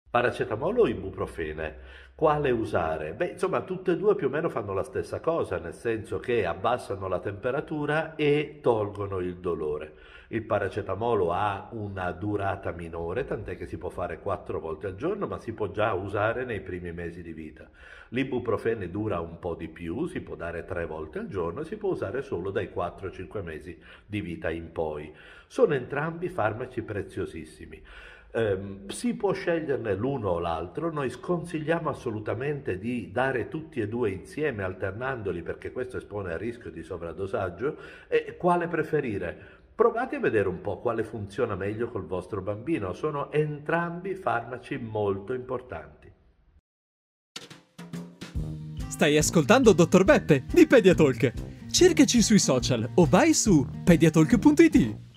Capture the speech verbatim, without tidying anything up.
Paracetamolo o ibuprofene? Quale usare? Beh, insomma, tutte e due più o meno fanno la stessa cosa, nel senso che abbassano la temperatura e tolgono il dolore. Il paracetamolo ha una durata minore, tant'è che si può fare quattro volte al giorno, ma si può già usare nei primi mesi di vita. L'ibuprofene dura un po' di più, si può dare tre volte al giorno e si può usare solo dai quattro ai cinque mesi di vita in poi. Sono entrambi farmaci preziosissimi. Ehm, si può sceglierne l'uno o l'altro, noi sconsigliamo assolutamente di dare tutti e due insieme alternandoli perché questo espone al rischio di sovradosaggio. E quale preferire? Provate a vedere un po' quale funziona meglio col vostro bambino, sono entrambi farmaci molto importanti. Stai ascoltando dottor Beppe di Pediatalk. Cercaci sui social o vai su pediatalk punto it.